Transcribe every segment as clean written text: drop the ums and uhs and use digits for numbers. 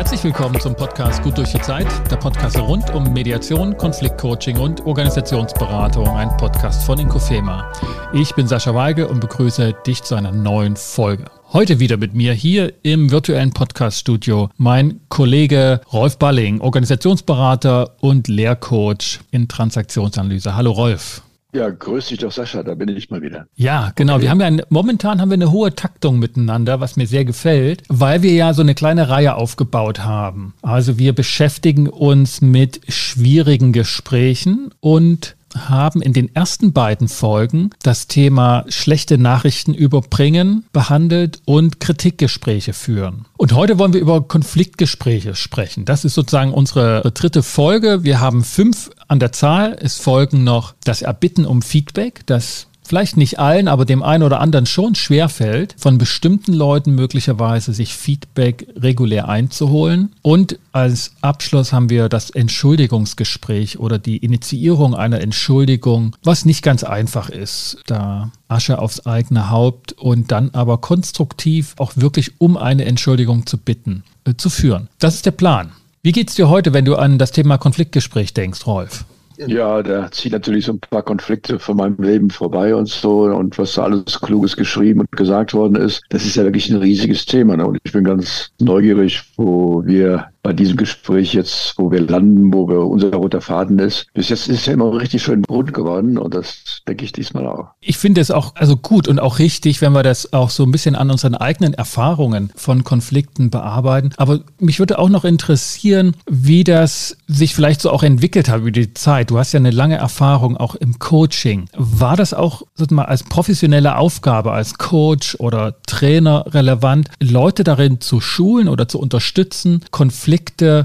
Herzlich willkommen zum Podcast Gut durch die Zeit, der Podcast rund um Mediation, Konfliktcoaching und Organisationsberatung, ein Podcast von Inkofema. Ich bin Sascha Weige und begrüße dich zu einer neuen Folge. Heute wieder mit mir hier im virtuellen Podcast-Studio mein Kollege Rolf Balling, Organisationsberater und Lehrcoach in Transaktionsanalyse. Hallo Rolf. Ja, grüß dich doch Sascha, da bin ich mal wieder. Ja, genau. Okay. Momentan haben wir eine hohe Taktung miteinander, was mir sehr gefällt, weil wir ja so eine kleine Reihe aufgebaut haben. Also wir beschäftigen uns mit schwierigen Gesprächen und haben in den ersten beiden Folgen das Thema schlechte Nachrichten überbringen, behandelt und Kritikgespräche führen. Und heute wollen wir über Konfliktgespräche sprechen. Das ist sozusagen unsere dritte Folge. Wir haben 5 an der Zahl. Es folgen noch das Erbitten um Feedback, das vielleicht nicht allen, aber dem einen oder anderen schon schwerfällt, von bestimmten Leuten möglicherweise sich Feedback regulär einzuholen. Und als Abschluss haben wir das Entschuldigungsgespräch oder die Initiierung einer Entschuldigung, was nicht ganz einfach ist, da Asche aufs eigene Haupt und dann aber konstruktiv auch wirklich um eine Entschuldigung zu bitten, zu führen. Das ist der Plan. Wie geht's dir heute, wenn du an das Thema Konfliktgespräch denkst, Rolf? Ja, da zieht natürlich so ein paar Konflikte von meinem Leben vorbei und so und was da alles Kluges geschrieben und gesagt worden ist, das ist ja wirklich ein riesiges Thema, ne? Und ich bin ganz neugierig, wo wir bei diesem Gespräch jetzt, wo wir landen, wo unser roter Faden ist. Bis jetzt ist es ja immer richtig schön bunt geworden und das denke ich diesmal auch. Ich finde es auch gut und auch richtig, wenn wir das auch so ein bisschen an unseren eigenen Erfahrungen von Konflikten bearbeiten. Aber mich würde auch noch interessieren, wie das sich vielleicht so auch entwickelt hat über die Zeit. Du hast ja eine lange Erfahrung auch im Coaching. War das auch sozusagen mal als professionelle Aufgabe, als Coach oder Trainer relevant, Leute darin zu schulen oder zu unterstützen, Konflikte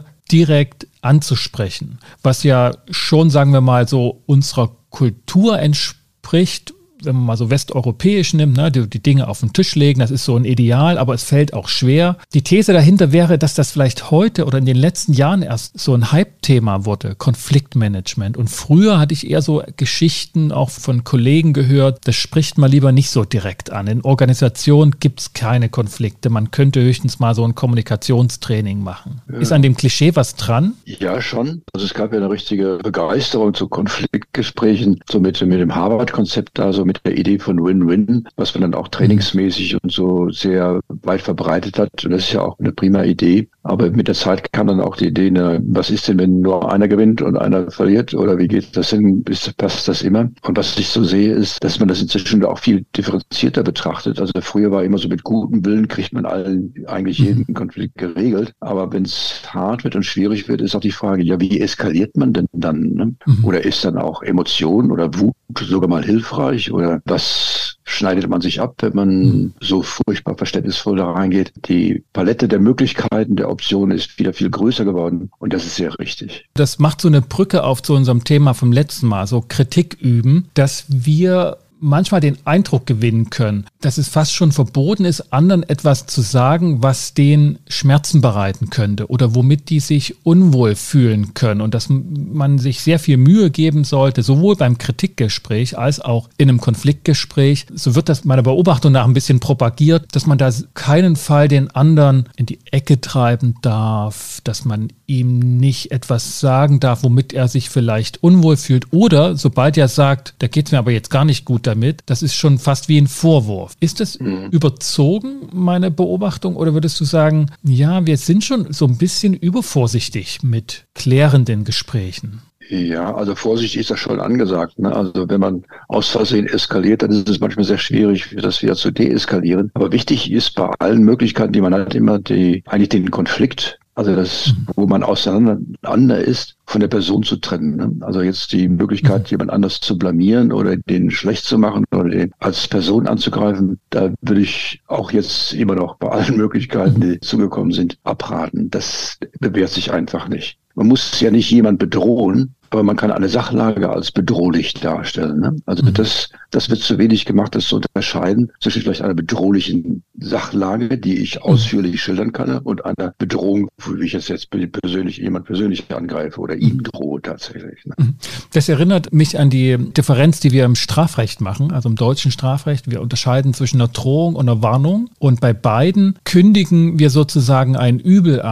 direkt anzusprechen, was ja schon, sagen wir mal, so unserer Kultur entspricht, wenn man mal so westeuropäisch nimmt, ne, die Dinge auf den Tisch legen, das ist so ein Ideal, aber es fällt auch schwer. Die These dahinter wäre, dass das vielleicht heute oder in den letzten Jahren erst so ein Hype-Thema wurde, Konfliktmanagement. Und früher hatte ich eher so Geschichten auch von Kollegen gehört, das spricht man lieber nicht so direkt an. In Organisationen gibt es keine Konflikte, man könnte höchstens mal so ein Kommunikationstraining machen. Ja. Ist an dem Klischee was dran? Ja, schon. Also es gab ja eine richtige Begeisterung zu Konfliktgesprächen, so mit dem Harvard-Konzept, also mit der Idee von Win-Win, was man dann auch trainingsmäßig und so sehr weit verbreitet hat. Und das ist ja auch eine prima Idee. Aber mit der Zeit kam dann auch die Idee, was ist denn, wenn nur einer gewinnt und einer verliert? Oder wie geht das denn? Passt das immer? Und was ich so sehe, ist, dass man das inzwischen auch viel differenzierter betrachtet. Also früher war immer so, mit gutem Willen kriegt man eigentlich jeden Konflikt geregelt. Aber wenn es hart wird und schwierig wird, ist auch die Frage, ja, wie eskaliert man denn dann? Ne? Oder ist dann auch Emotion oder Wut sogar mal hilfreich? Oder was schneidet man sich ab, wenn man so furchtbar verständnisvoll da reingeht? Die Palette der Möglichkeiten, der Optionen ist wieder viel größer geworden und das ist sehr richtig. Das macht so eine Brücke auf zu unserem Thema vom letzten Mal, so Kritik üben, dass wir manchmal den Eindruck gewinnen können, dass es fast schon verboten ist, anderen etwas zu sagen, was denen Schmerzen bereiten könnte oder womit die sich unwohl fühlen können und dass man sich sehr viel Mühe geben sollte, sowohl beim Kritikgespräch als auch in einem Konfliktgespräch. So wird das meiner Beobachtung nach ein bisschen propagiert, dass man da keinen Fall den anderen in die Ecke treiben darf, dass man ihm nicht etwas sagen darf, womit er sich vielleicht unwohl fühlt oder sobald er sagt, da geht es mir aber jetzt gar nicht gut damit, das ist schon fast wie ein Vorwurf. Ist das überzogen, meine Beobachtung, oder würdest du sagen, ja, wir sind schon so ein bisschen übervorsichtig mit klärenden Gesprächen? Ja, also Vorsicht ist das schon angesagt, ne? Also wenn man aus Versehen eskaliert, dann ist es manchmal sehr schwierig, das wieder zu deeskalieren. Aber wichtig ist bei allen Möglichkeiten, die man hat, immer eigentlich den Konflikt, also das, wo man auseinander ist, von der Person zu trennen. Ne? Also jetzt die Möglichkeit, jemand anders zu blamieren oder den schlecht zu machen oder den als Person anzugreifen, da würde ich auch jetzt immer noch bei allen Möglichkeiten, die zugekommen sind, abraten. Das bewährt sich einfach nicht. Man muss ja nicht jemand bedrohen, aber man kann eine Sachlage als bedrohlich darstellen. Ne? Also das wird zu wenig gemacht, das zu unterscheiden zwischen vielleicht einer bedrohlichen Sachlage, die ich ausführlich schildern kann, und einer Bedrohung, wie ich es jetzt jemand persönlich angreife oder ihm drohe tatsächlich. Ne? Das erinnert mich an die Differenz, die wir im Strafrecht machen, also im deutschen Strafrecht. Wir unterscheiden zwischen einer Drohung und einer Warnung und bei beiden kündigen wir sozusagen ein Übel an,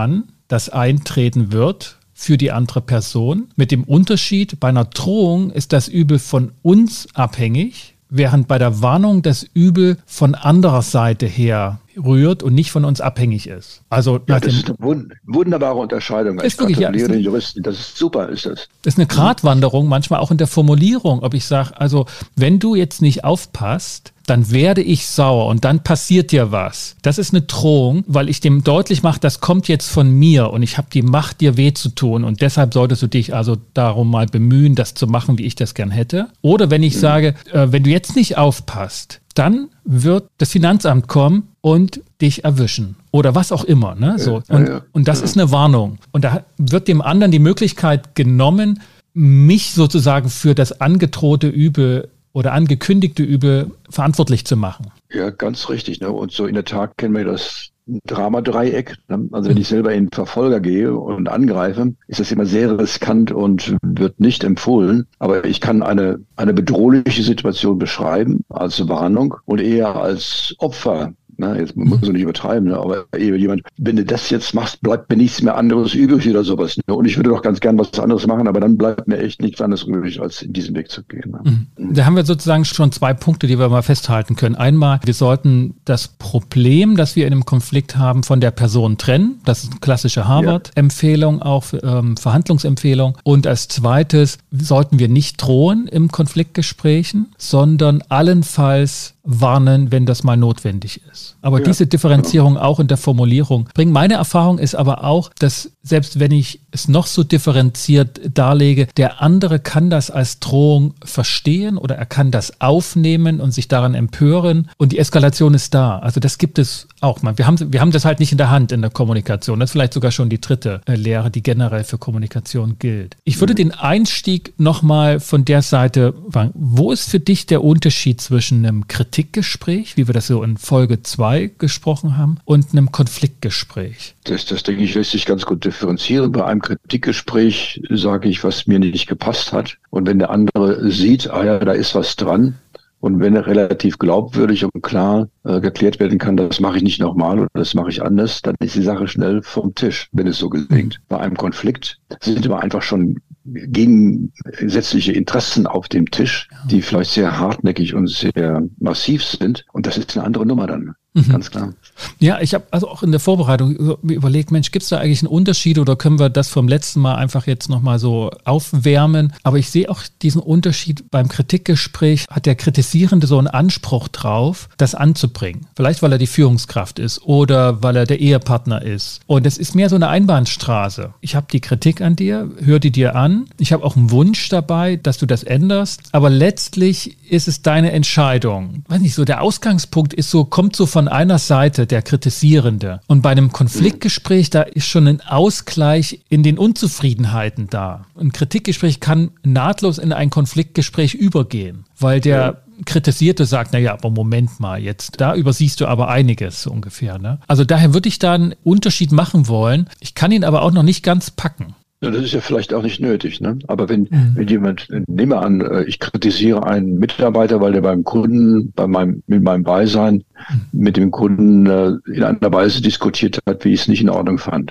das eintreten wird für die andere Person. Mit dem Unterschied, bei einer Drohung ist das Übel von uns abhängig, während bei der Warnung das Übel von anderer Seite her rührt und nicht von uns abhängig ist. Also ja, das ist eine wunderbare Unterscheidung. Ich gratuliere den Juristen. Das ist super, ist das. Das ist eine Gratwanderung, manchmal auch in der Formulierung. Ob ich sage, also wenn du jetzt nicht aufpasst, dann werde ich sauer und dann passiert dir was. Das ist eine Drohung, weil ich dem deutlich mache, das kommt jetzt von mir und ich habe die Macht, dir weh zu tun und deshalb solltest du dich also darum mal bemühen, das zu machen, wie ich das gern hätte. Oder wenn ich sage, wenn du jetzt nicht aufpasst, dann wird das Finanzamt kommen und dich erwischen. Oder was auch immer. Ne? So. Und das ist eine Warnung. Und da wird dem anderen die Möglichkeit genommen, mich sozusagen für das angedrohte Übel oder angekündigte Übel verantwortlich zu machen. Ja, ganz richtig. Ne? Und so in der Tat kennen wir das Dramadreieck. Ne? Also wenn ich selber in den Verfolger gehe und angreife, ist das immer sehr riskant und wird nicht empfohlen. Aber ich kann eine bedrohliche Situation beschreiben als Warnung und eher als Opfer. Na, jetzt muss man nicht übertreiben, ne? Aber jemand, wenn du das jetzt machst, bleibt mir nichts mehr anderes übrig oder sowas. Ne? Und ich würde doch ganz gern was anderes machen, aber dann bleibt mir echt nichts anderes übrig, als in diesen Weg zu gehen. Ne? Da haben wir sozusagen schon 2 Punkte, die wir mal festhalten können. Einmal, wir sollten das Problem, das wir in einem Konflikt haben, von der Person trennen. Das ist eine klassische Harvard-Empfehlung, auch Verhandlungsempfehlung. Und als zweites sollten wir nicht drohen im Konfliktgesprächen, sondern allenfalls warnen, wenn das mal notwendig ist. Aber diese Differenzierung auch in der Formulierung bringt. Meine Erfahrung ist aber auch, dass selbst wenn ich es noch so differenziert darlege, der andere kann das als Drohung verstehen oder er kann das aufnehmen und sich daran empören und die Eskalation ist da. Also das gibt es auch mal. Wir haben das halt nicht in der Hand in der Kommunikation. Das ist vielleicht sogar schon die 3. Lehre, die generell für Kommunikation gilt. Ich würde den Einstieg nochmal von der Seite fragen. Wo ist für dich der Unterschied zwischen einem Kritikgespräch, wie wir das so in Folge 2 gesprochen haben, und einem Konfliktgespräch? Das denke ich, lässt sich ganz gut differenzieren. Bei einem Kritikgespräch sage ich, was mir nicht gepasst hat. Und wenn der andere sieht, da ist was dran, und wenn er relativ glaubwürdig und klar geklärt werden kann, das mache ich nicht nochmal oder das mache ich anders, dann ist die Sache schnell vom Tisch, wenn es so gelingt. Bei einem Konflikt sind aber einfach schon gegensätzliche Interessen auf dem Tisch, die vielleicht sehr hartnäckig und sehr massiv sind. Und das ist eine andere Nummer dann. Ganz klar. Ja, ich habe also auch in der Vorbereitung überlegt, Mensch, gibt es da eigentlich einen Unterschied oder können wir das vom letzten Mal einfach jetzt nochmal so aufwärmen? Aber ich sehe auch diesen Unterschied beim Kritikgespräch, hat der Kritisierende so einen Anspruch drauf, das anzubringen. Vielleicht, weil er die Führungskraft ist oder weil er der Ehepartner ist. Und es ist mehr so eine Einbahnstraße. Ich habe die Kritik an dir, höre die dir an. Ich habe auch einen Wunsch dabei, dass du das änderst. Aber letztlich ist es deine Entscheidung. Weiß nicht, so der Ausgangspunkt ist so, kommt so von einer Seite der Kritisierende. Und bei einem Konfliktgespräch, da ist schon ein Ausgleich in den Unzufriedenheiten da. Ein Kritikgespräch kann nahtlos in ein Konfliktgespräch übergehen, weil der Kritisierte sagt, naja, aber Moment mal, jetzt, da übersiehst du aber einiges so ungefähr. Ne? Also daher würde ich da einen Unterschied machen wollen. Ich kann ihn aber auch noch nicht ganz packen. Ja, das ist ja vielleicht auch nicht nötig, ne? Aber wenn jemand, nehmen wir an, ich kritisiere einen Mitarbeiter, weil der beim Kunden, mit meinem Beisein mit dem Kunden in einer Weise diskutiert hat, wie ich es nicht in Ordnung fand.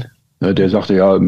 Der sagte, ja,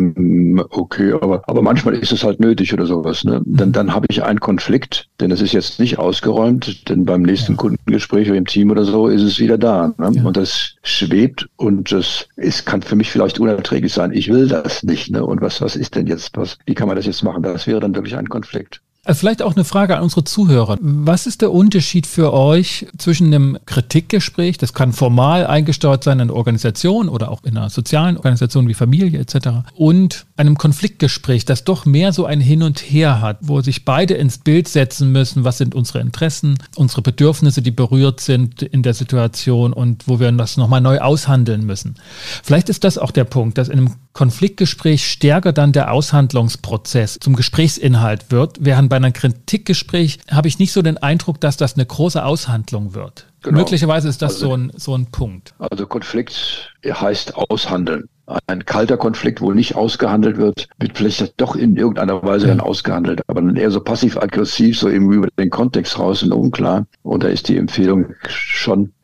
okay, aber manchmal ist es halt nötig oder sowas. Ne? Dann habe ich einen Konflikt, denn das ist jetzt nicht ausgeräumt, denn beim nächsten Kundengespräch oder im Team oder so ist es wieder da. Ne? Ja. Und das schwebt und kann für mich vielleicht unerträglich sein. Ich will das nicht. Ne? Und was ist denn jetzt, wie kann man das jetzt machen? Das wäre dann wirklich ein Konflikt. Also vielleicht auch eine Frage an unsere Zuhörer. Was ist der Unterschied für euch zwischen einem Kritikgespräch, das kann formal eingesteuert sein in einer Organisation oder auch in einer sozialen Organisation wie Familie etc., und einem Konfliktgespräch, das doch mehr so ein Hin und Her hat, wo sich beide ins Bild setzen müssen, was sind unsere Interessen, unsere Bedürfnisse, die berührt sind in der Situation und wo wir das nochmal neu aushandeln müssen. Vielleicht ist das auch der Punkt, dass in einem Konfliktgespräch stärker dann der Aushandlungsprozess zum Gesprächsinhalt wird, während bei einem Kritikgespräch habe ich nicht so den Eindruck, dass das eine große Aushandlung wird. Genau. Möglicherweise ist das so ein Punkt. Also Konflikt heißt aushandeln. Ein kalter Konflikt, wo nicht ausgehandelt wird vielleicht doch in irgendeiner Weise dann ausgehandelt, aber dann eher so passiv-aggressiv, so eben über den Kontext raus und unklar. Und da ist die Empfehlung schon,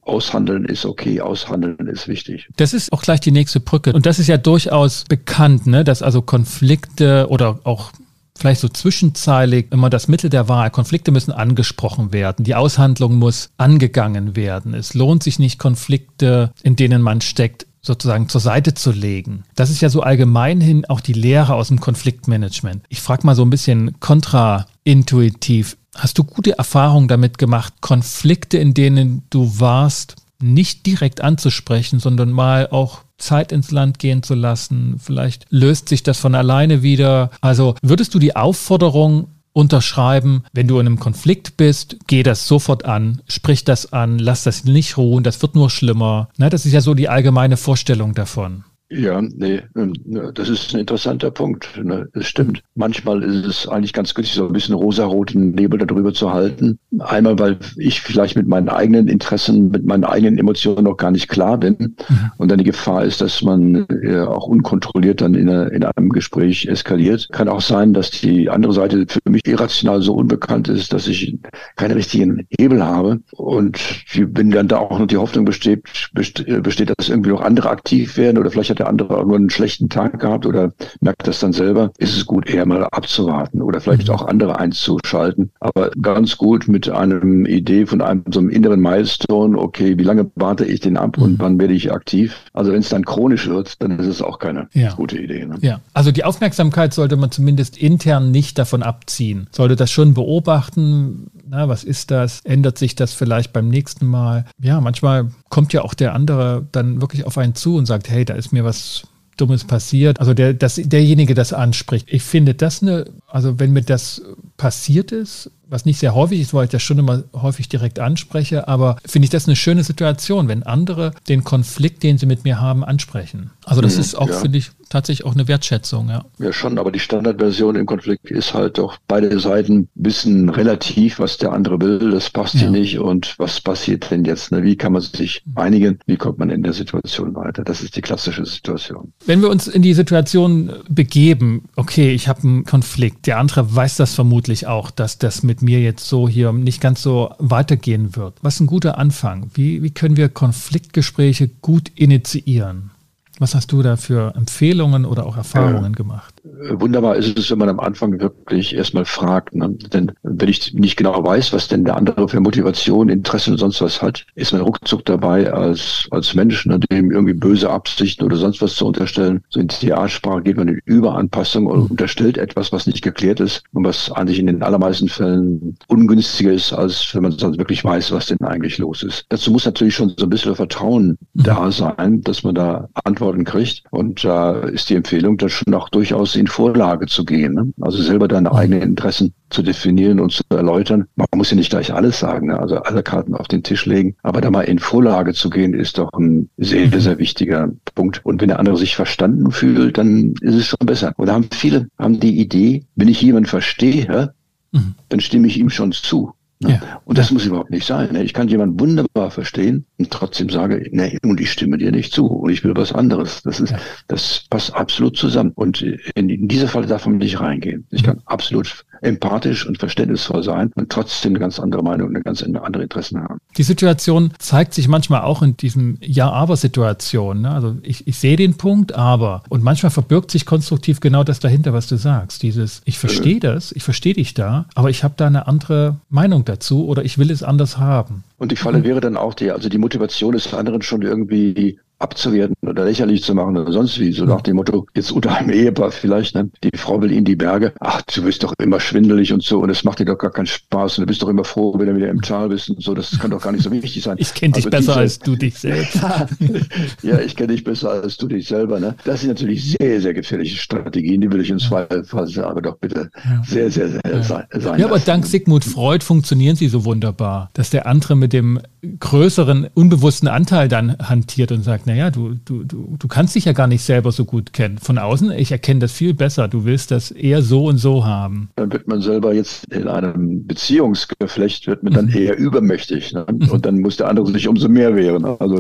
Aushandeln ist okay, aushandeln ist wichtig. Das ist auch gleich die nächste Brücke. Und das ist ja durchaus bekannt, ne, dass also Konflikte oder auch vielleicht so zwischenzeilig immer das Mittel der Wahl. Konflikte müssen angesprochen werden. Die Aushandlung muss angegangen werden. Es lohnt sich nicht, Konflikte, in denen man steckt, sozusagen zur Seite zu legen. Das ist ja so allgemein hin auch die Lehre aus dem Konfliktmanagement. Ich frage mal so ein bisschen kontraintuitiv. Hast du gute Erfahrungen damit gemacht, Konflikte, in denen du warst, nicht direkt anzusprechen, sondern mal auch Zeit ins Land gehen zu lassen? Vielleicht löst sich das von alleine wieder. Also würdest du die Aufforderung unterschreiben, wenn du in einem Konflikt bist, geh das sofort an, sprich das an, lass das nicht ruhen, das wird nur schlimmer. Na, das ist ja so die allgemeine Vorstellung davon. Ja, nee, das ist ein interessanter Punkt. Das stimmt. Manchmal ist es eigentlich ganz günstig, so ein bisschen rosaroten Nebel darüber zu halten. Einmal, weil ich vielleicht mit meinen eigenen Interessen, mit meinen eigenen Emotionen noch gar nicht klar bin. Und dann die Gefahr ist, dass man auch unkontrolliert dann in einem Gespräch eskaliert. Kann auch sein, dass die andere Seite für mich irrational so unbekannt ist, dass ich keine richtigen Hebel habe. Und wenn dann da auch noch die Hoffnung besteht, dass irgendwie noch andere aktiv werden oder vielleicht hat der andere auch nur einen schlechten Tag gehabt oder merkt das dann selber, ist es gut, eher mal abzuwarten oder vielleicht auch andere einzuschalten. Aber ganz gut mit einem Idee von so einem inneren Milestone, okay, wie lange warte ich den ab und wann werde ich aktiv? Also wenn es dann chronisch wird, dann ist es auch keine gute Idee. Ne? Ja, also die Aufmerksamkeit sollte man zumindest intern nicht davon abziehen. Sollte das schon beobachten, na, was ist das? Ändert sich das vielleicht beim nächsten Mal? Ja, manchmal kommt ja auch der andere dann wirklich auf einen zu und sagt, hey, da ist mir was Dummes passiert. Also derjenige das anspricht. Ich finde das also wenn mir das passiert ist, was nicht sehr häufig ist, weil ich das schon immer häufig direkt anspreche, aber finde ich das eine schöne Situation, wenn andere den Konflikt, den sie mit mir haben, ansprechen. Also das ist auch, finde ich, tatsächlich auch eine Wertschätzung, ja. Ja schon, aber die Standardversion im Konflikt ist halt doch, beide Seiten wissen relativ, was der andere will, das passt hier nicht und was passiert denn jetzt? Ne? Wie kann man sich einigen? Wie kommt man in der Situation weiter? Das ist die klassische Situation. Wenn wir uns in die Situation begeben, okay, ich habe einen Konflikt, der andere weiß das vermutlich auch, dass das mit mir jetzt so hier nicht ganz so weitergehen wird. Was ist ein guter Anfang? Wie können wir Konfliktgespräche gut initiieren? Was hast du da für Empfehlungen oder auch Erfahrungen gemacht? Wunderbar ist es, wenn man am Anfang wirklich erstmal fragt. Ne? Denn wenn ich nicht genau weiß, was denn der andere für Motivation, Interessen und sonst was hat, ist man ruckzuck dabei als Mensch, ne, dem irgendwie böse Absichten oder sonst was zu unterstellen. So in Theatersprache geht man in Überanpassung und unterstellt etwas, was nicht geklärt ist und was eigentlich in den allermeisten Fällen ungünstiger ist, als wenn man sonst wirklich weiß, was denn eigentlich los ist. Dazu muss natürlich schon so ein bisschen Vertrauen da sein, dass man da Antworten kriegt. Und da ist die Empfehlung, dann schon auch durchaus in Vorlage zu gehen. Ne? Also selber deine eigenen Interessen zu definieren und zu erläutern. Man muss ja nicht gleich alles sagen, ne? Also alle Karten auf den Tisch legen. Aber da mal in Vorlage zu gehen, ist doch ein sehr, sehr wichtiger Punkt. Und wenn der andere sich verstanden fühlt, dann ist es schon besser. Und da viele die Idee, wenn ich jemanden verstehe, dann stimme ich ihm schon zu. Ne? Ja. Und das muss überhaupt nicht sein. Ne? Ich kann jemanden wunderbar verstehen und trotzdem sage, nee, und ich stimme dir nicht zu und ich will was anderes. Das passt absolut zusammen. Und in dieser Falle darf man nicht reingehen. Ich kann absolut empathisch und verständnisvoll sein und trotzdem eine ganz andere Meinung, eine ganz andere Interessen haben. Die Situation zeigt sich manchmal auch in diesem Ja-Aber-Situation. Ne? Also ich sehe den Punkt, aber. Und manchmal verbirgt sich konstruktiv genau das dahinter, was du sagst. Dieses, ich verstehe das, ich verstehe dich da, aber ich habe da eine andere Meinung dazu oder ich will es anders haben. Und die Falle wäre dann auch die Motivation des anderen schon irgendwie abzuwerten oder lächerlich zu machen oder sonst wie, so nach dem Motto, jetzt unter einem Ehepaar vielleicht, ne? Die Frau will in die Berge, ach, du bist doch immer schwindelig und so und es macht dir doch gar keinen Spaß und du bist doch immer froh, wenn du wieder im Tal bist und so, das kann doch gar nicht so wichtig sein. Ich kenne dich besser als du dich selbst. Ja, ich kenne dich besser als du dich selber, ne? Das sind natürlich sehr, sehr gefährliche Strategien, die will ich im Zweifelsfall aber doch bitte sehr, sehr, sehr sein. Ja, aber dank Sigmund Freud funktionieren sie so wunderbar, dass der andere mit dem größeren, unbewussten Anteil dann hantiert und sagt, sagt, naja, du kannst dich ja gar nicht selber so gut kennen. Von außen, ich erkenne das viel besser. Du willst das eher so und so haben. Dann wird man selber jetzt in einem Beziehungsgeflecht, wird man dann eher übermächtig. Ne? Und dann muss der andere sich umso mehr wehren. Also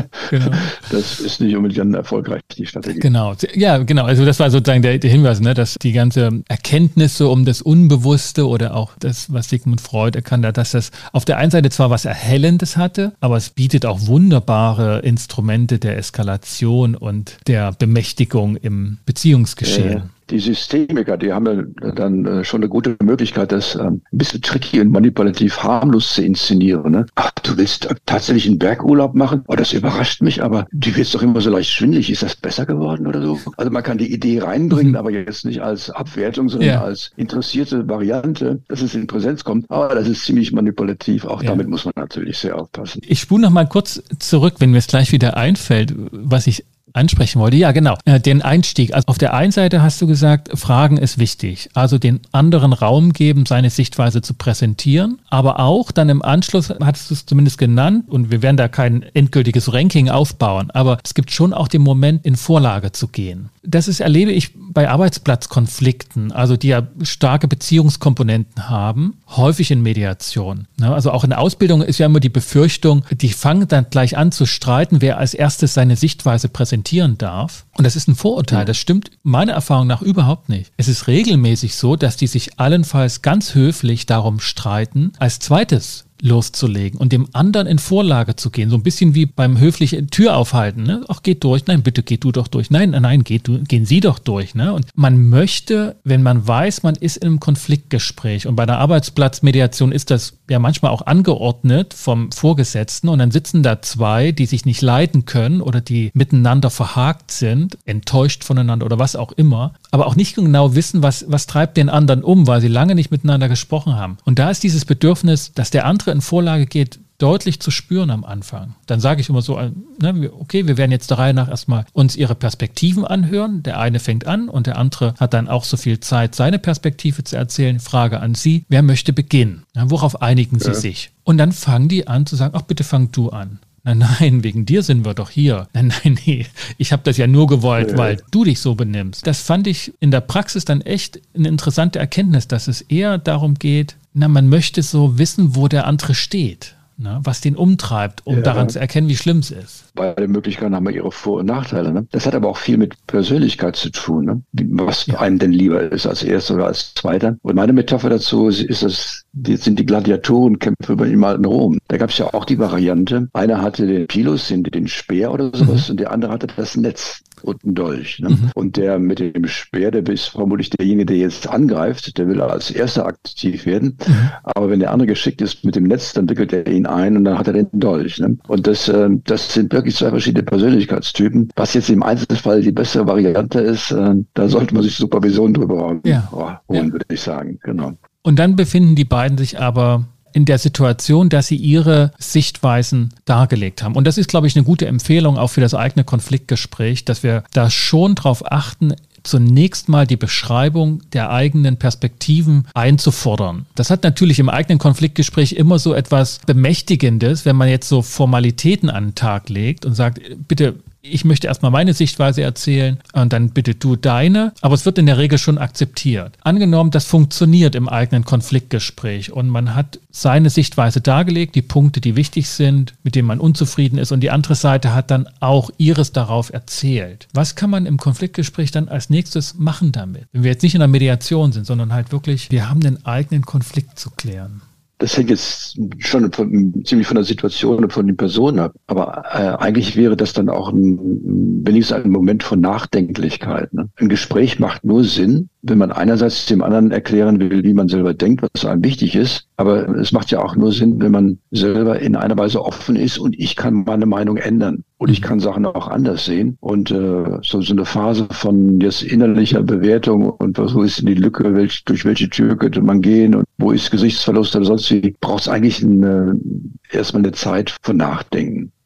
das ist nicht unbedingt dann erfolgreich, die Strategie. Genau, ja, genau. Also das war sozusagen der Hinweis, ne, dass die ganze Erkenntnisse um das Unbewusste oder auch das, was Sigmund Freud erkannt hat, dass das auf der einen Seite zwar was Erhellendes hatte, aber es bietet auch wunderbare Instrumente der Eskalation und der Bemächtigung im Beziehungsgeschehen. Die Systemiker, die haben ja dann schon eine gute Möglichkeit, das ein bisschen tricky und manipulativ harmlos zu inszenieren. Ne? Ach, du willst tatsächlich einen Bergurlaub machen? Oh, das überrascht mich, aber du wirst doch immer so leicht schwindelig. Ist das besser geworden oder so? Also man kann die Idee reinbringen, aber jetzt nicht als Abwertung, sondern als interessierte Variante, dass es in Präsenz kommt. Aber das ist ziemlich manipulativ. Auch damit muss man natürlich sehr aufpassen. Ich spule noch mal kurz zurück, wenn mir es gleich wieder einfällt, was ich ansprechen wollte. Ja, genau. Den Einstieg. Also auf der einen Seite hast du gesagt, Fragen ist wichtig. Also den anderen Raum geben, seine Sichtweise zu präsentieren. Aber auch dann im Anschluss, hattest du es zumindest genannt, und wir werden da kein endgültiges Ranking aufbauen, aber es gibt schon auch den Moment, in Vorlage zu gehen. Das erlebe ich bei Arbeitsplatzkonflikten, also die ja starke Beziehungskomponenten haben, häufig in Mediation. Also auch in der Ausbildung ist ja immer die Befürchtung, die fangen dann gleich an zu streiten, wer als erstes seine Sichtweise präsentieren darf. Und das ist ein Vorurteil. Das stimmt meiner Erfahrung nach überhaupt nicht. Es ist regelmäßig so, dass die sich allenfalls ganz höflich darum streiten, als zweites loszulegen und dem anderen in Vorlage zu gehen. So ein bisschen wie beim höflichen Tür aufhalten. Ne? Ach, geht durch. Nein, bitte geh du doch durch. Nein, gehen Sie doch durch. Ne? Und man möchte, wenn man weiß, man ist in einem Konfliktgespräch, und bei der Arbeitsplatzmediation ist das ja manchmal auch angeordnet vom Vorgesetzten, und dann sitzen da zwei, die sich nicht leiden können oder die miteinander verhakt sind, enttäuscht voneinander oder was auch immer, aber auch nicht genau wissen, was treibt den anderen um, weil sie lange nicht miteinander gesprochen haben. Und da ist dieses Bedürfnis, dass der andere in Vorlage geht, deutlich zu spüren am Anfang. Dann sage ich immer so, okay, wir werden jetzt der Reihe nach erstmal uns ihre Perspektiven anhören. Der eine fängt an und der andere hat dann auch so viel Zeit, seine Perspektive zu erzählen. Frage an Sie, wer möchte beginnen? Worauf einigen Sie sich? Und dann fangen die an zu sagen, ach, bitte fang du an. Nein, wegen dir sind wir doch hier. Nein, ich habe das ja nur gewollt, weil du dich so benimmst. Das fand ich in der Praxis dann echt eine interessante Erkenntnis, dass es eher darum geht, man möchte so wissen, wo der andere steht. Was den umtreibt, um daran zu erkennen, wie schlimm es ist. Beide Möglichkeiten haben ja ihre Vor- und Nachteile. Ne? Das hat aber auch viel mit Persönlichkeit zu tun, ne? Was einem denn lieber ist, als Erster oder als Zweiter. Und meine Metapher dazu sind die Gladiatorenkämpfe im alten Rom. Da gab es ja auch die Variante, einer hatte den Pilus, den Speer oder sowas, und der andere hatte das Netz und einen Dolch. Ne? Und der mit dem Speer, der ist vermutlich derjenige, der jetzt angreift, der will als Erster aktiv werden. Aber wenn der andere geschickt ist mit dem Netz, dann wickelt er ihn ein und dann hat er den Dolch. Ne? Und das sind wirklich zwei verschiedene Persönlichkeitstypen. Was jetzt im Einzelfall die bessere Variante ist, da sollte man sich Supervision drüber holen, würde ich sagen. Genau. Und dann befinden die beiden sich aber in der Situation, dass sie ihre Sichtweisen dargelegt haben. Und das ist, glaube ich, eine gute Empfehlung auch für das eigene Konfliktgespräch, dass wir da schon drauf achten, zunächst mal die Beschreibung der eigenen Perspektiven einzufordern. Das hat natürlich im eigenen Konfliktgespräch immer so etwas Bemächtigendes, wenn man jetzt so Formalitäten an den Tag legt und sagt, bitte, ich möchte erstmal meine Sichtweise erzählen und dann bitte du deine, aber es wird in der Regel schon akzeptiert. Angenommen, das funktioniert im eigenen Konfliktgespräch und man hat seine Sichtweise dargelegt, die Punkte, die wichtig sind, mit denen man unzufrieden ist, und die andere Seite hat dann auch ihres darauf erzählt. Was kann man im Konfliktgespräch dann als nächstes machen damit? Wenn wir jetzt nicht in der Mediation sind, sondern halt wirklich, wir haben den eigenen Konflikt zu klären. Das hängt jetzt schon ziemlich von der Situation und von den Personen ab. Aber eigentlich wäre das dann auch wenigstens ein Moment von Nachdenklichkeit. Ne? Ein Gespräch macht nur Sinn, wenn man einerseits dem anderen erklären will, wie man selber denkt, was einem wichtig ist. Aber es macht ja auch nur Sinn, wenn man selber in einer Weise offen ist und ich kann meine Meinung ändern. Und ich kann Sachen auch anders sehen. Und so eine Phase von jetzt innerlicher Bewertung und wo ist in die Lücke, durch welche Tür könnte man gehen und wo ist Gesichtsverlust oder sonst wie, braucht es eigentlich erstmal eine Zeit von Nachdenken.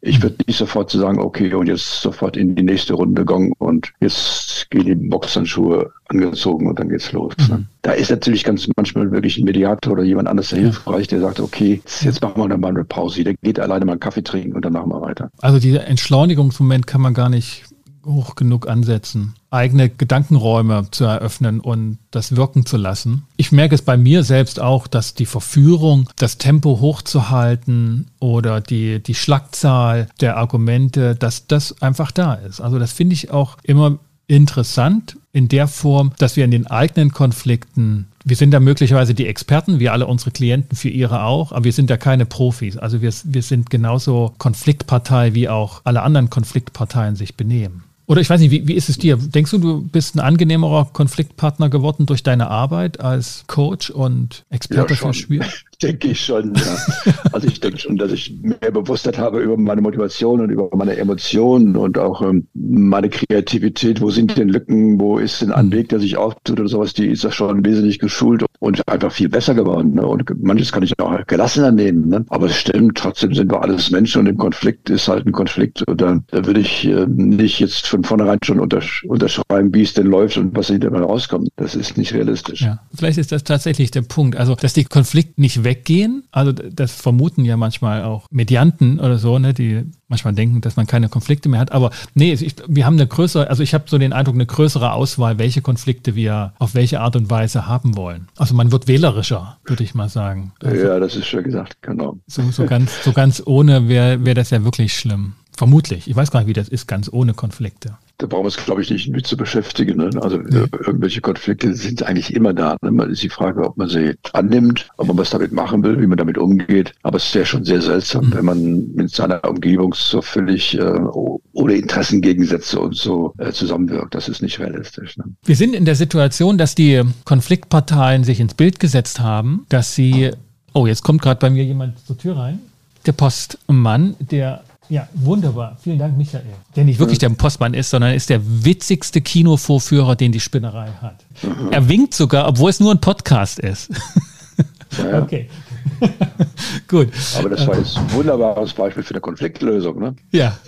Ich würde nicht sofort zu sagen, okay, und jetzt sofort in die nächste Runde gehen und jetzt gehen die Boxhandschuhe angezogen und dann geht's los. Ne? Da ist natürlich ganz manchmal wirklich ein Mediator oder jemand anderes hilfreich, der sagt, okay, jetzt machen wir dann mal eine Pause. Der geht alleine mal einen Kaffee trinken und dann machen wir weiter. Also dieser Entschleunigungsmoment kann man gar nicht hoch genug ansetzen, eigene Gedankenräume zu eröffnen und das wirken zu lassen. Ich merke es bei mir selbst auch, dass die Verführung, das Tempo hochzuhalten oder die Schlagzahl der Argumente, dass das einfach da ist. Also das finde ich auch immer interessant in der Form, dass wir in den eigenen Konflikten, wir sind da möglicherweise die Experten, wie alle unsere Klienten für ihre auch, aber wir sind da keine Profis. Also wir sind genauso Konfliktpartei, wie auch alle anderen Konfliktparteien sich benehmen. Oder ich weiß nicht, wie ist es dir? Denkst du bist ein angenehmerer Konfliktpartner geworden durch deine Arbeit als Coach und Experte für Schwierigkeiten? Denke ich schon, ja. Also ich denke schon, dass ich mehr Bewusstheit habe über meine Motivation und über meine Emotionen und auch meine Kreativität. Wo sind denn Lücken? Wo ist denn ein Weg, der sich auftut oder sowas? Die ist ja schon wesentlich geschult und einfach viel besser geworden. Ne? Und manches kann ich auch gelassener nehmen. Ne? Aber es stimmt, trotzdem sind wir alles Menschen und im Konflikt ist halt ein Konflikt. Und da würde ich nicht jetzt von vornherein schon unterschreiben, wie es denn läuft und was dabei rauskommt. Das ist nicht realistisch. Ja, vielleicht ist das tatsächlich der Punkt. Also, dass die Konflikte nicht weggehen, also das vermuten ja manchmal auch Medianten oder so, ne, die manchmal denken, dass man keine Konflikte mehr hat. Aber nee, wir haben eine größere, also ich habe so den Eindruck, eine größere Auswahl, welche Konflikte wir auf welche Art und Weise haben wollen. Also man wird wählerischer, würde ich mal sagen. Also, ja, das ist schön gesagt, genau. So ganz ohne wäre das ja wirklich schlimm. Vermutlich. Ich weiß gar nicht, wie das ist, ganz ohne Konflikte. Da brauchen wir es, glaube ich, nicht mit zu beschäftigen. Ne? Also irgendwelche Konflikte sind eigentlich immer da. Ne? Man ist die Frage, ob man sie annimmt, ob man was damit machen will, wie man damit umgeht. Aber es ist ja schon sehr seltsam, wenn man mit seiner Umgebung so völlig ohne Interessengegensätze und so zusammenwirkt. Das ist nicht realistisch. Ne? Wir sind in der Situation, dass die Konfliktparteien sich ins Bild gesetzt haben, dass sie, jetzt kommt gerade bei mir jemand zur Tür rein, der Postmann, der ja, wunderbar. Vielen Dank, Michael. Der nicht wirklich der Postmann ist, sondern ist der witzigste Kinovorführer, den die Spinnerei hat. Er winkt sogar, obwohl es nur ein Podcast ist. Ja. Okay. Gut. Aber das war jetzt ein wunderbares Beispiel für eine Konfliktlösung, ne? Ja.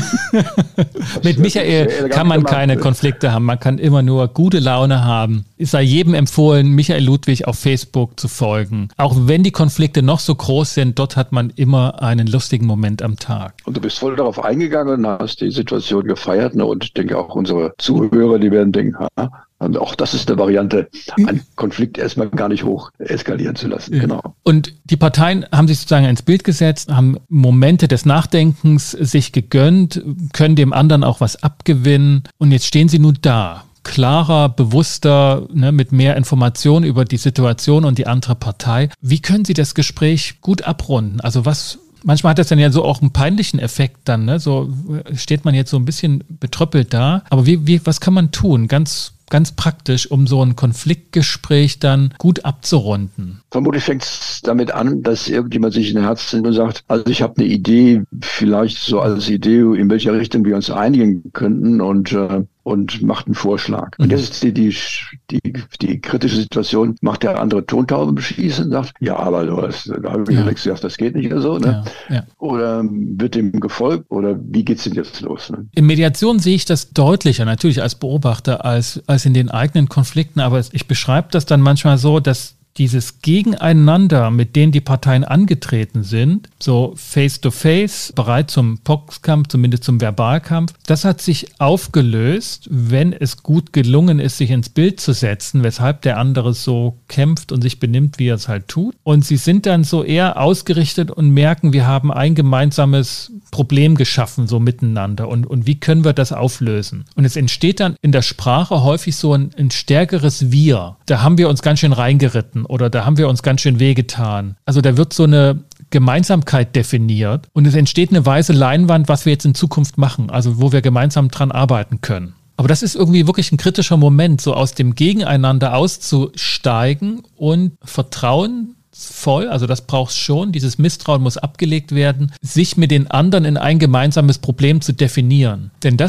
Mit Michael kann man keine Konflikte haben. Man kann immer nur gute Laune haben. Es sei jedem empfohlen, Michael Ludwig auf Facebook zu folgen. Auch wenn die Konflikte noch so groß sind, dort hat man immer einen lustigen Moment am Tag. Und du bist voll darauf eingegangen und hast die Situation gefeiert. Ne? Und ich denke auch unsere Zuhörer, die werden denken, und auch das ist eine Variante, einen Konflikt erstmal gar nicht hoch eskalieren zu lassen. Ja. Genau. Und die Parteien haben sich sozusagen ins Bild gesetzt, haben Momente des Nachdenkens sich gegönnt, können dem anderen auch was abgewinnen. Und jetzt stehen sie nun da. Klarer, bewusster, ne, mit mehr Informationen über die Situation und die andere Partei. Wie können Sie das Gespräch gut abrunden? Also manchmal hat das dann ja so auch einen peinlichen Effekt dann, ne? So steht man jetzt so ein bisschen betröppelt da. Aber was kann man tun? Ganz praktisch, um so ein Konfliktgespräch dann gut abzurunden? Vermutlich fängt es damit an, dass irgendjemand sich in den Herz nimmt und sagt, also ich habe eine Idee, vielleicht so als Idee, in welcher Richtung wir uns einigen könnten und macht einen Vorschlag. Und das ist die kritische Situation, macht der andere Tontauben beschießen und sagt, ja, aber da habe ich nichts gesagt, das geht nicht oder so. Ne? Ja. Oder wird dem gefolgt oder wie geht's denn jetzt los? Ne? In Mediation sehe ich das deutlicher, natürlich als Beobachter, als in den eigenen Konflikten, aber ich beschreibe das dann manchmal so, dass dieses Gegeneinander, mit denen die Parteien angetreten sind, so face-to-face, bereit zum Boxkampf, zumindest zum Verbalkampf, das hat sich aufgelöst, wenn es gut gelungen ist, sich ins Bild zu setzen, weshalb der andere so kämpft und sich benimmt, wie er es halt tut. Und sie sind dann so eher ausgerichtet und merken, wir haben ein gemeinsames Problem geschaffen, so miteinander. Und wie können wir das auflösen? Und es entsteht dann in der Sprache häufig so ein stärkeres Wir. Da haben wir uns ganz schön reingeritten. Oder da haben wir uns ganz schön wehgetan. Also da wird so eine Gemeinsamkeit definiert und es entsteht eine weiße Leinwand, was wir jetzt in Zukunft machen, also wo wir gemeinsam dran arbeiten können. Aber das ist irgendwie wirklich ein kritischer Moment, so aus dem Gegeneinander auszusteigen und vertrauensvoll, also das braucht es schon, dieses Misstrauen muss abgelegt werden, sich mit den anderen in ein gemeinsames Problem zu definieren. Denn das ist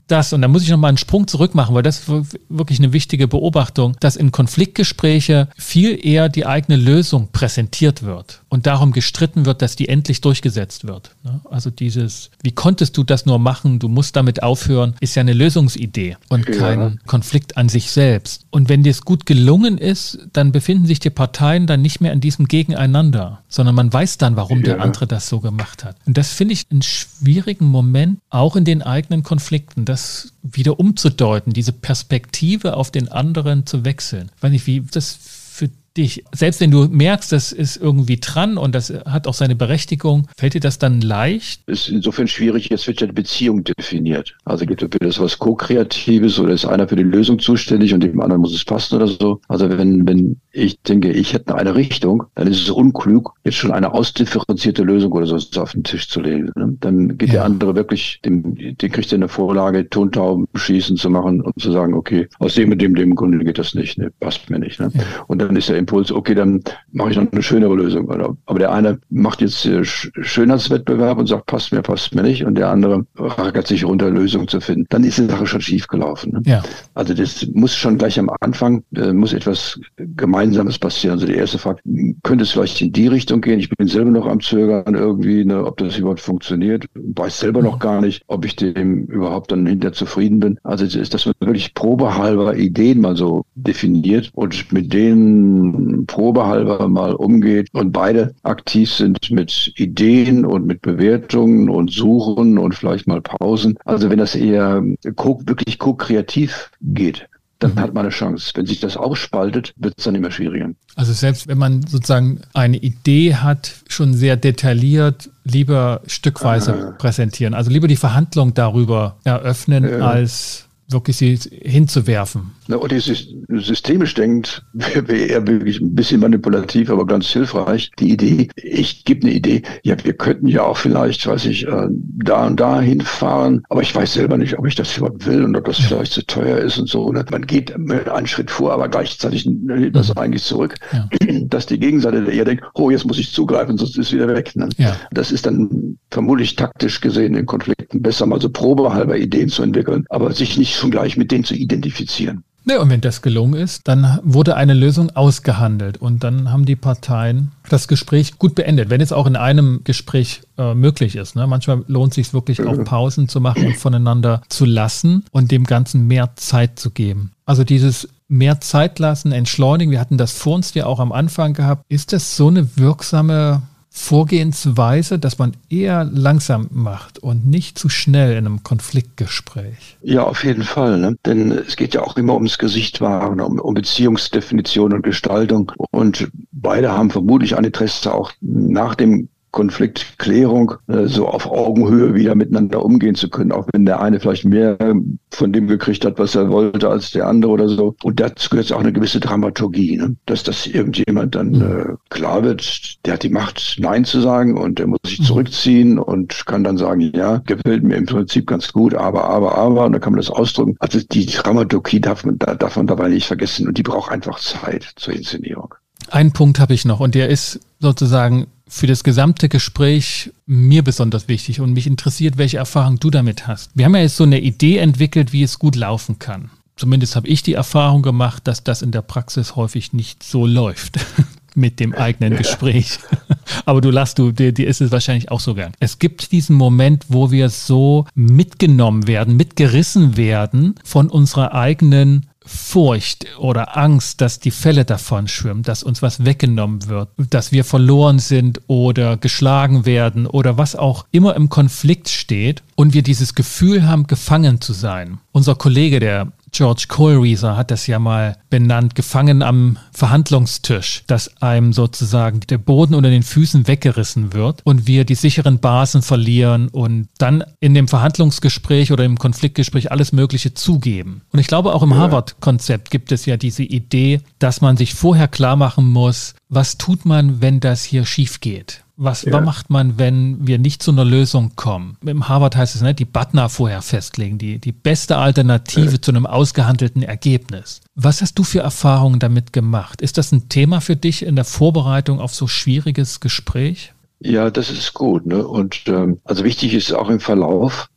das, und da muss ich nochmal einen Sprung zurück machen, weil das ist wirklich eine wichtige Beobachtung, dass in Konfliktgespräche viel eher die eigene Lösung präsentiert wird und darum gestritten wird, dass die endlich durchgesetzt wird. Also dieses, wie konntest du das nur machen, du musst damit aufhören, ist ja eine Lösungsidee und kein Konflikt an sich selbst. Und wenn das gut gelungen ist, dann befinden sich die Parteien dann nicht mehr in diesem Gegeneinander, sondern man weiß dann, warum der andere das so gemacht hat. Und das finde ich einen schwierigen Moment, auch in den eigenen Konflikten, das wieder umzudeuten, diese Perspektive auf den anderen zu wechseln. Ich weiß nicht, wie das für dich, selbst wenn du merkst, das ist irgendwie dran und das hat auch seine Berechtigung, fällt dir das dann leicht? Ist insofern schwierig, jetzt wird ja die Beziehung definiert. Also gibt es was Co-Kreatives oder ist einer für die Lösung zuständig und dem anderen muss es passen oder so. Also wenn ich denke, ich hätte eine Richtung, dann ist es unklug, jetzt schon eine ausdifferenzierte Lösung oder so auf den Tisch zu legen. Ne? Dann geht der andere wirklich, den kriegt er eine Vorlage, Tontauben schießen zu machen und zu sagen, okay, aus dem und dem Grunde geht das nicht, ne? Passt mir nicht. Ne? Ja. Und dann ist der Impuls, okay, dann mache ich noch eine schönere Lösung. Aber der eine macht jetzt Schönheitswettbewerb und sagt, passt mir nicht. Und der andere rackert sich runter, Lösungen zu finden. Dann ist die Sache schon schief gelaufen. Ne? Ja. Also das muss schon gleich am Anfang, muss etwas Gemeinsames passieren. Also die erste Frage, könnte es vielleicht in die Richtung gehen? Ich bin selber noch am Zögern irgendwie, ne, ob das überhaupt funktioniert. Weiß selber noch gar nicht, ob ich dem überhaupt dann hinterher zufrieden bin. Also dass man wirklich probehalber Ideen mal so definiert und mit denen probehalber mal umgeht und beide aktiv sind mit Ideen und mit Bewertungen und Suchen und vielleicht mal Pausen. Also wenn das eher wirklich ko-kreativ geht, dann hat man eine Chance. Wenn sich das aufspaltet, wird es dann immer schwieriger. Also selbst wenn man sozusagen eine Idee hat, schon sehr detailliert, lieber stückweise präsentieren. Also lieber die Verhandlung darüber eröffnen, als wirklich sie hinzuwerfen. Und systemisch denkt, wäre eher wirklich ein bisschen manipulativ, aber ganz hilfreich. Die Idee, ich gebe eine Idee, ja, wir könnten ja auch vielleicht, weiß ich, da und da hinfahren, aber ich weiß selber nicht, ob ich das überhaupt will und ob das vielleicht zu teuer ist und so. Man geht einen Schritt vor, aber gleichzeitig das eigentlich zurück, dass die Gegenseite eher denkt, oh, jetzt muss ich zugreifen, sonst ist es wieder weg. Ne? Ja. Das ist dann vermutlich taktisch gesehen in Konflikten besser, mal so probehalber Ideen zu entwickeln, aber sich nicht schon gleich mit denen zu identifizieren. Ja, und wenn das gelungen ist, dann wurde eine Lösung ausgehandelt und dann haben die Parteien das Gespräch gut beendet, wenn es auch in einem Gespräch möglich ist. Ne? Manchmal lohnt es sich wirklich auch Pausen zu machen und voneinander zu lassen und dem Ganzen mehr Zeit zu geben. Also dieses mehr Zeit lassen, entschleunigen, wir hatten das vor uns ja auch am Anfang gehabt. Ist das so eine wirksame Vorgehensweise, dass man eher langsam macht und nicht zu schnell in einem Konfliktgespräch? Ja, auf jeden Fall. Ne? Denn es geht ja auch immer ums Gesicht wahren, um Beziehungsdefinition und Gestaltung. Und beide haben vermutlich ein Interesse, auch nach dem Konfliktklärung so auf Augenhöhe wieder miteinander umgehen zu können, auch wenn der eine vielleicht mehr von dem gekriegt hat, was er wollte, als der andere oder so. Und dazu gehört auch eine gewisse Dramaturgie, ne? Dass das irgendjemand dann klar wird, der hat die Macht, Nein zu sagen und der muss sich zurückziehen und kann dann sagen, ja, gefällt mir im Prinzip ganz gut, aber, und dann kann man das ausdrücken. Also die Dramaturgie darf man dabei nicht vergessen und die braucht einfach Zeit zur Inszenierung. Einen Punkt habe ich noch und der ist sozusagen für das gesamte Gespräch mir besonders wichtig und mich interessiert, welche Erfahrung du damit hast. Wir haben ja jetzt so eine Idee entwickelt, wie es gut laufen kann. Zumindest habe ich die Erfahrung gemacht, dass das in der Praxis häufig nicht so läuft mit dem eigenen Gespräch. Aber dir ist es wahrscheinlich auch so gern. Es gibt diesen Moment, wo wir so mitgenommen werden, mitgerissen werden von unserer eigenen Furcht oder Angst, dass die Fälle davon schwimmen, dass uns was weggenommen wird, dass wir verloren sind oder geschlagen werden oder was auch immer im Konflikt steht und wir dieses Gefühl haben, gefangen zu sein. Unser Kollege, der George Kohlrieser, hat das ja mal benannt, gefangen am Verhandlungstisch, dass einem sozusagen der Boden unter den Füßen weggerissen wird und wir die sicheren Basen verlieren und dann in dem Verhandlungsgespräch oder im Konfliktgespräch alles Mögliche zugeben. Und ich glaube, auch im Harvard-Konzept gibt es ja diese Idee, dass man sich vorher klar machen muss, was tut man, wenn das hier schief geht? Was macht man, wenn wir nicht zu einer Lösung kommen? Im Harvard heißt es, die BATNA vorher festlegen, die beste Alternative zu einem ausgehandelten Ergebnis. Was hast du für Erfahrungen damit gemacht? Ist das ein Thema für dich in der Vorbereitung auf so schwieriges Gespräch? Ja, das ist gut. Ne? Und also wichtig ist auch im Verlauf,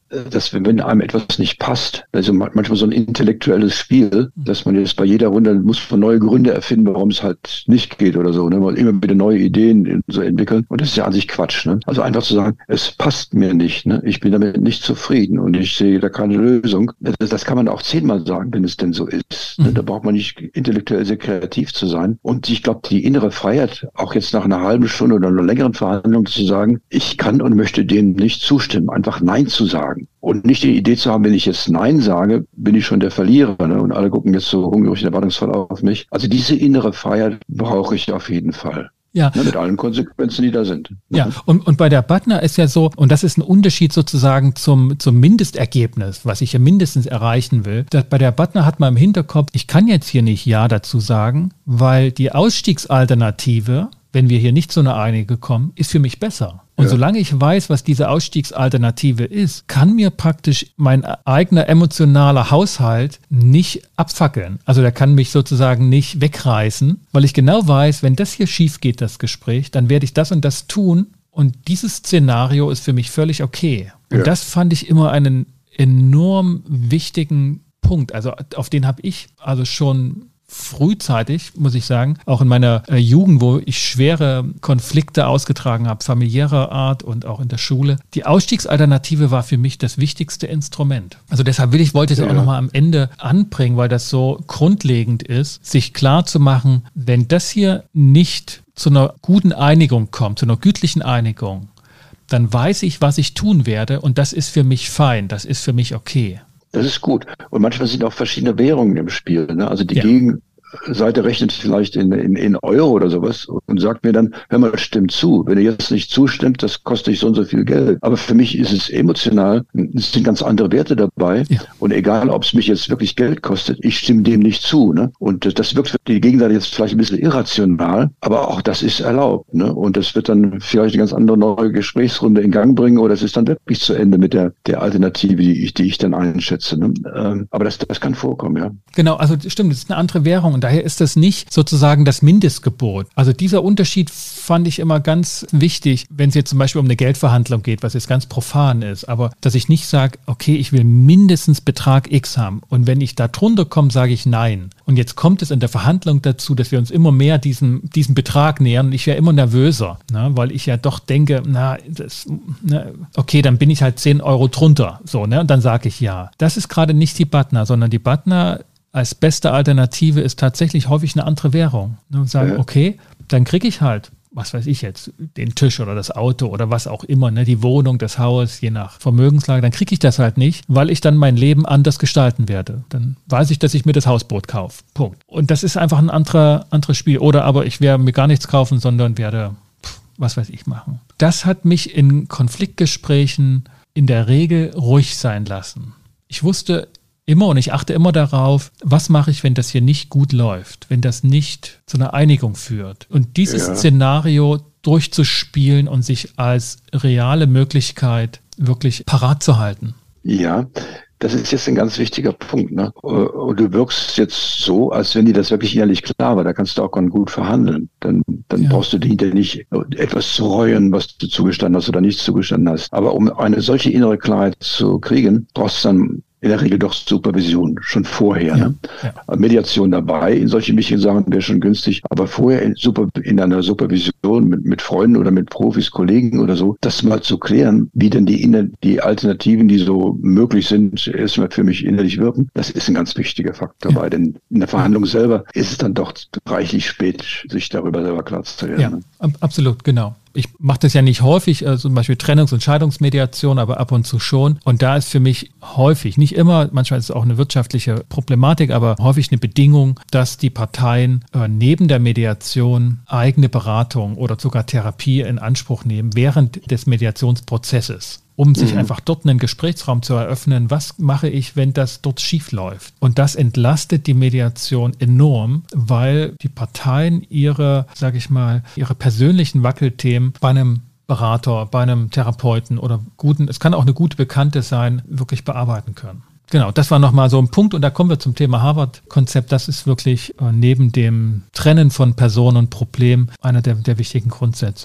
dass wenn einem etwas nicht passt, also manchmal so ein intellektuelles Spiel, dass man jetzt bei jeder Runde muss man neue Gründe erfinden, warum es halt nicht geht oder so, ne? Man immer wieder neue Ideen so entwickeln und das ist ja an sich Quatsch, ne? Also einfach zu sagen, es passt mir nicht, ne? Ich bin damit nicht zufrieden und ich sehe da keine Lösung. Das kann man auch 10-mal sagen, wenn es denn so ist. Ne? Da braucht man nicht intellektuell sehr kreativ zu sein. Und ich glaube, die innere Freiheit, auch jetzt nach einer halben Stunde oder einer längeren Verhandlung zu sagen, ich kann und möchte dem nicht zustimmen, einfach Nein zu sagen. Und nicht die Idee zu haben, wenn ich jetzt Nein sage, bin ich schon der Verlierer, ne? Und alle gucken jetzt so hungrig und erwartungsvoll auf mich. Also diese innere Freiheit brauche ich auf jeden Fall. Ja. Ne, mit allen Konsequenzen, die da sind. Ja, und bei der BATNA ist ja so, und das ist ein Unterschied sozusagen zum Mindestergebnis, was ich ja mindestens erreichen will. Bei der BATNA hat man im Hinterkopf, ich kann jetzt hier nicht Ja dazu sagen, weil die Ausstiegsalternative, wenn wir hier nicht zu einer Einigung kommen, ist für mich besser. Und solange ich weiß, was diese Ausstiegsalternative ist, kann mir praktisch mein eigener emotionaler Haushalt nicht abfackeln. Also der kann mich sozusagen nicht wegreißen, weil ich genau weiß, wenn das hier schief geht, das Gespräch, dann werde ich das und das tun. Und dieses Szenario ist für mich völlig okay. Und das fand ich immer einen enorm wichtigen Punkt. Also auf den habe ich also schon frühzeitig, muss ich sagen, auch in meiner Jugend, wo ich schwere Konflikte ausgetragen habe, familiärer Art und auch in der Schule. Die Ausstiegsalternative war für mich das wichtigste Instrument. Also deshalb wollte ich es auch nochmal am Ende anbringen, weil das so grundlegend ist, sich klar zu machen, wenn das hier nicht zu einer guten Einigung kommt, zu einer gütlichen Einigung, dann weiß ich, was ich tun werde und das ist für mich fein, das ist für mich okay. Das ist gut. Und manchmal sind auch verschiedene Währungen im Spiel. Ne? Also die Gegenseite rechnet vielleicht in Euro oder sowas und sagt mir dann, hör mal, stimm zu. Wenn ihr jetzt nicht zustimmt, das kostet dich so und so viel Geld. Aber für mich ist es emotional, es sind ganz andere Werte dabei. Ja. Und egal, ob es mich jetzt wirklich Geld kostet, ich stimme dem nicht zu. Ne? Und das wirkt für die Gegenseite jetzt vielleicht ein bisschen irrational, aber auch das ist erlaubt. Ne? Und das wird dann vielleicht eine ganz andere neue Gesprächsrunde in Gang bringen oder es ist dann wirklich zu Ende mit der Alternative, die ich dann einschätze. Ne? Aber das kann vorkommen, ja. Genau, also stimmt, das ist eine andere Währung und daher ist das nicht sozusagen das Mindestgebot. Also dieser Unterschied fand ich immer ganz wichtig, wenn es jetzt zum Beispiel um eine Geldverhandlung geht, was jetzt ganz profan ist, aber dass ich nicht sage, okay, ich will mindestens Betrag X haben und wenn ich da drunter komme, sage ich nein. Und jetzt kommt es in der Verhandlung dazu, dass wir uns immer mehr diesem Betrag nähern und ich wäre immer nervöser, ne, weil ich ja doch denke, okay, dann bin ich halt 10 Euro drunter, so, ne, und dann sage ich ja. Das ist gerade nicht die BATNA, sondern die BATNA als beste Alternative ist tatsächlich häufig eine andere Währung. Ne, und sagen, okay, dann kriege ich halt, was weiß ich jetzt, den Tisch oder das Auto oder was auch immer, ne, die Wohnung, das Haus, je nach Vermögenslage, dann kriege ich das halt nicht, weil ich dann mein Leben anders gestalten werde. Dann weiß ich, dass ich mir das Hausboot kaufe. Punkt. Und das ist einfach ein anderes Spiel. Oder aber ich werde mir gar nichts kaufen, sondern werde, was weiß ich, machen. Das hat mich in Konfliktgesprächen in der Regel ruhig sein lassen. Ich wusste immer und ich achte immer darauf, was mache ich, wenn das hier nicht gut läuft, wenn das nicht zu einer Einigung führt. Und dieses Szenario durchzuspielen und sich als reale Möglichkeit wirklich parat zu halten. Ja, das ist jetzt ein ganz wichtiger Punkt. Ne? Und du wirkst jetzt so, als wenn dir das wirklich innerlich klar war. Da kannst du auch ganz gut verhandeln. Dann brauchst du hinterher nicht etwas zu reuen, was du zugestanden hast oder nicht zugestanden hast. Aber um eine solche innere Klarheit zu kriegen, brauchst du dann in der Regel doch Supervision, schon vorher. Ne? Mediation dabei, in solche wichtigen Sachen wäre schon günstig, aber vorher in einer Supervision mit Freunden oder mit Profis, Kollegen oder so, das mal zu klären, wie denn die Alternativen, die so möglich sind, erstmal für mich innerlich wirken, das ist ein ganz wichtiger Faktor dabei, denn in der Verhandlung selber ist es dann doch reichlich spät, sich darüber selber klar zu werden. Ja, ne? Absolut, genau. Ich mache das ja nicht häufig, zum Beispiel Trennungs- und Scheidungsmediation, aber ab und zu schon. Und da ist für mich häufig, nicht immer, manchmal ist es auch eine wirtschaftliche Problematik, aber häufig eine Bedingung, dass die Parteien neben der Mediation eigene Beratung oder sogar Therapie in Anspruch nehmen während des Mediationsprozesses, um sich einfach dort einen Gesprächsraum zu eröffnen. Was mache ich, wenn das dort schief läuft? Und das entlastet die Mediation enorm, weil die Parteien ihre persönlichen Wackelthemen bei einem Berater, bei einem Therapeuten oder es kann auch eine gute Bekannte sein, wirklich bearbeiten können. Genau, das war nochmal so ein Punkt und da kommen wir zum Thema Harvard-Konzept. Das ist wirklich neben dem Trennen von Person und Problem einer der wichtigen Grundsätze.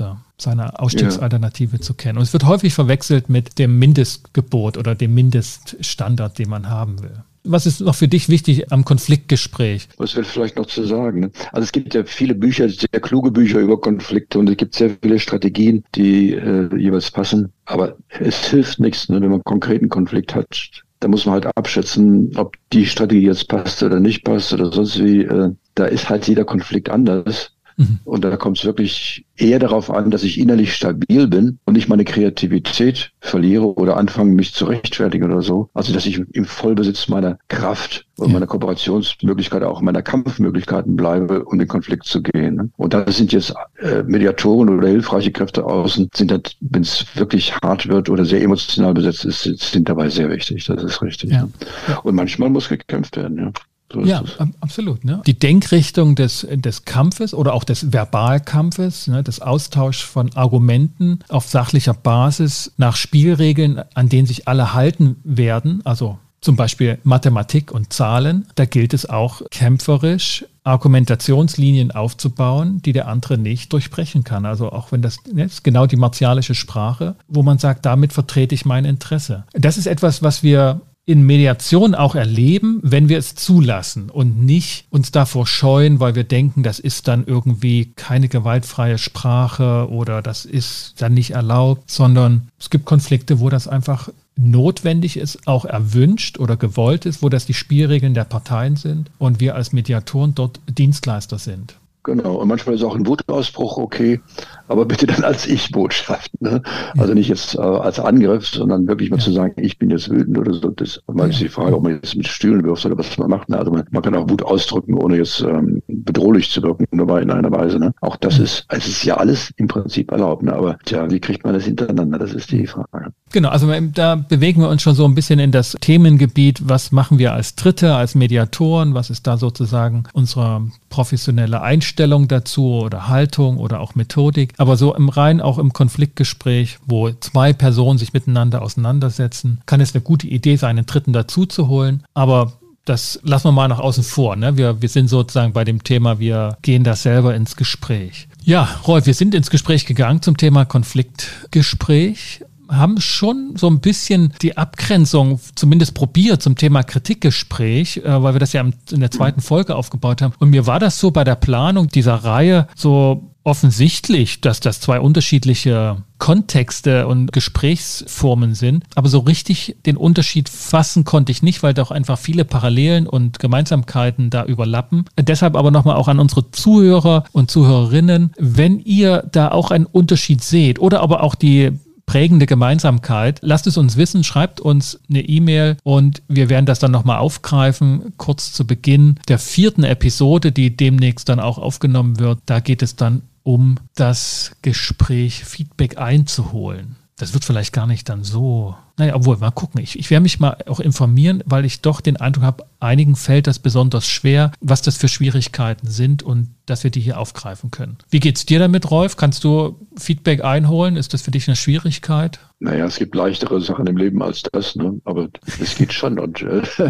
seine Ausstiegsalternative zu kennen. Und es wird häufig verwechselt mit dem Mindestgebot oder dem Mindeststandard, den man haben will. Was ist noch für dich wichtig am Konfliktgespräch? Was wäre vielleicht noch zu sagen? Ne? Also es gibt ja viele Bücher, sehr kluge Bücher über Konflikte und es gibt sehr viele Strategien, die jeweils passen. Aber es hilft nichts, ne? Wenn man einen konkreten Konflikt hat. Da muss man halt abschätzen, ob die Strategie jetzt passt oder nicht passt oder sonst wie. Da ist halt jeder Konflikt anders. Und da kommt es wirklich eher darauf an, dass ich innerlich stabil bin und nicht meine Kreativität verliere oder anfange, mich zu rechtfertigen oder so. Also, dass ich im Vollbesitz meiner Kraft und meiner Kooperationsmöglichkeiten, auch meiner Kampfmöglichkeiten bleibe, um den Konflikt zu gehen. Ne? Und da sind jetzt Mediatoren oder hilfreiche Kräfte außen, sind das, wenn es wirklich hart wird oder sehr emotional besetzt ist, sind dabei sehr wichtig. Das ist richtig. Ja. Ne? Und manchmal muss gekämpft werden, ja. So ja, absolut. Ne? Die Denkrichtung des Kampfes oder auch des Verbalkampfes, ne, des Austauschs von Argumenten auf sachlicher Basis nach Spielregeln, an denen sich alle halten werden, also zum Beispiel Mathematik und Zahlen, da gilt es auch kämpferisch Argumentationslinien aufzubauen, die der andere nicht durchbrechen kann. Also auch wenn das ist genau die martialische Sprache, wo man sagt, damit vertrete ich mein Interesse. Das ist etwas, was wir in Mediation auch erleben, wenn wir es zulassen und nicht uns davor scheuen, weil wir denken, das ist dann irgendwie keine gewaltfreie Sprache oder das ist dann nicht erlaubt, sondern es gibt Konflikte, wo das einfach notwendig ist, auch erwünscht oder gewollt ist, wo das die Spielregeln der Parteien sind und wir als Mediatoren dort Dienstleister sind. Genau, und manchmal ist auch ein Wutausbruch okay, aber bitte dann als Ich-Botschaft. Ne? Also nicht jetzt als Angriff, sondern wirklich mal zu sagen, ich bin jetzt wütend oder so. Das ist die Frage, ob man jetzt mit Stühlen wirft oder was man macht. Ne? Also man kann auch Wut ausdrücken, ohne jetzt bedrohlich zu wirken, nur in einer Weise. Ne? Auch das ist, es ist ja alles im Prinzip erlaubt. Ne? Aber wie kriegt man das hintereinander? Das ist die Frage. Genau, also da bewegen wir uns schon so ein bisschen in das Themengebiet, was machen wir als Dritte, als Mediatoren, was ist da sozusagen unsere professionelle Einstellung dazu oder Haltung oder auch Methodik. Aber so auch im Konfliktgespräch, wo zwei Personen sich miteinander auseinandersetzen, kann es eine gute Idee sein, einen Dritten dazu zu holen. Aber das lassen wir mal nach außen vor. Ne? Wir sind sozusagen bei dem Thema, wir gehen da selber ins Gespräch. Ja, Rolf, wir sind ins Gespräch gegangen zum Thema Konfliktgespräch. Haben schon so ein bisschen die Abgrenzung zumindest probiert zum Thema Kritikgespräch, weil wir das ja in der zweiten Folge aufgebaut haben. Und mir war das so bei der Planung dieser Reihe so offensichtlich, dass das zwei unterschiedliche Kontexte und Gesprächsformen sind. Aber so richtig den Unterschied fassen konnte ich nicht, weil doch einfach viele Parallelen und Gemeinsamkeiten da überlappen. Deshalb aber nochmal auch an unsere Zuhörer und Zuhörerinnen, wenn ihr da auch einen Unterschied seht oder aber auch die prägende Gemeinsamkeit. Lasst es uns wissen, schreibt uns eine E-Mail und wir werden das dann nochmal aufgreifen, kurz zu Beginn der 4. Episode, die demnächst dann auch aufgenommen wird. Da geht es dann um das Gespräch, Feedback einzuholen. Das wird vielleicht gar nicht dann so, obwohl, mal gucken. Ich werde mich mal auch informieren, weil ich doch den Eindruck habe, einigen fällt das besonders schwer, was das für Schwierigkeiten sind und dass wir die hier aufgreifen können. Wie geht's dir damit, Rolf? Kannst du Feedback einholen? Ist das für dich eine Schwierigkeit? Naja, es gibt leichtere Sachen im Leben als das, ne? Aber es geht schon und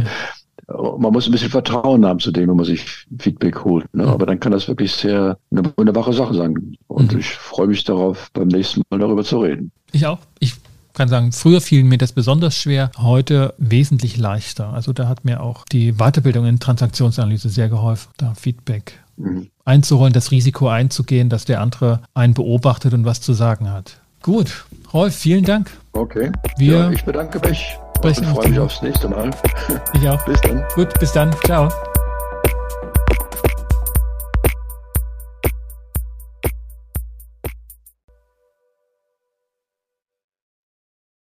man muss ein bisschen Vertrauen haben zu dem, wenn man sich Feedback holt. Ne? Aber dann kann das wirklich sehr eine wunderbare Sache sein. Und ich freue mich darauf, beim nächsten Mal darüber zu reden. Ich auch. Ich kann sagen, früher fiel mir das besonders schwer, heute wesentlich leichter. Also da hat mir auch die Weiterbildung in Transaktionsanalyse sehr geholfen, da Feedback einzuholen, das Risiko einzugehen, dass der andere einen beobachtet und was zu sagen hat. Gut, Rolf, vielen Dank. Okay, ich bedanke mich. Ich freue mich aufs nächste Mal. Ich auch. Bis dann. Gut, bis dann. Ciao.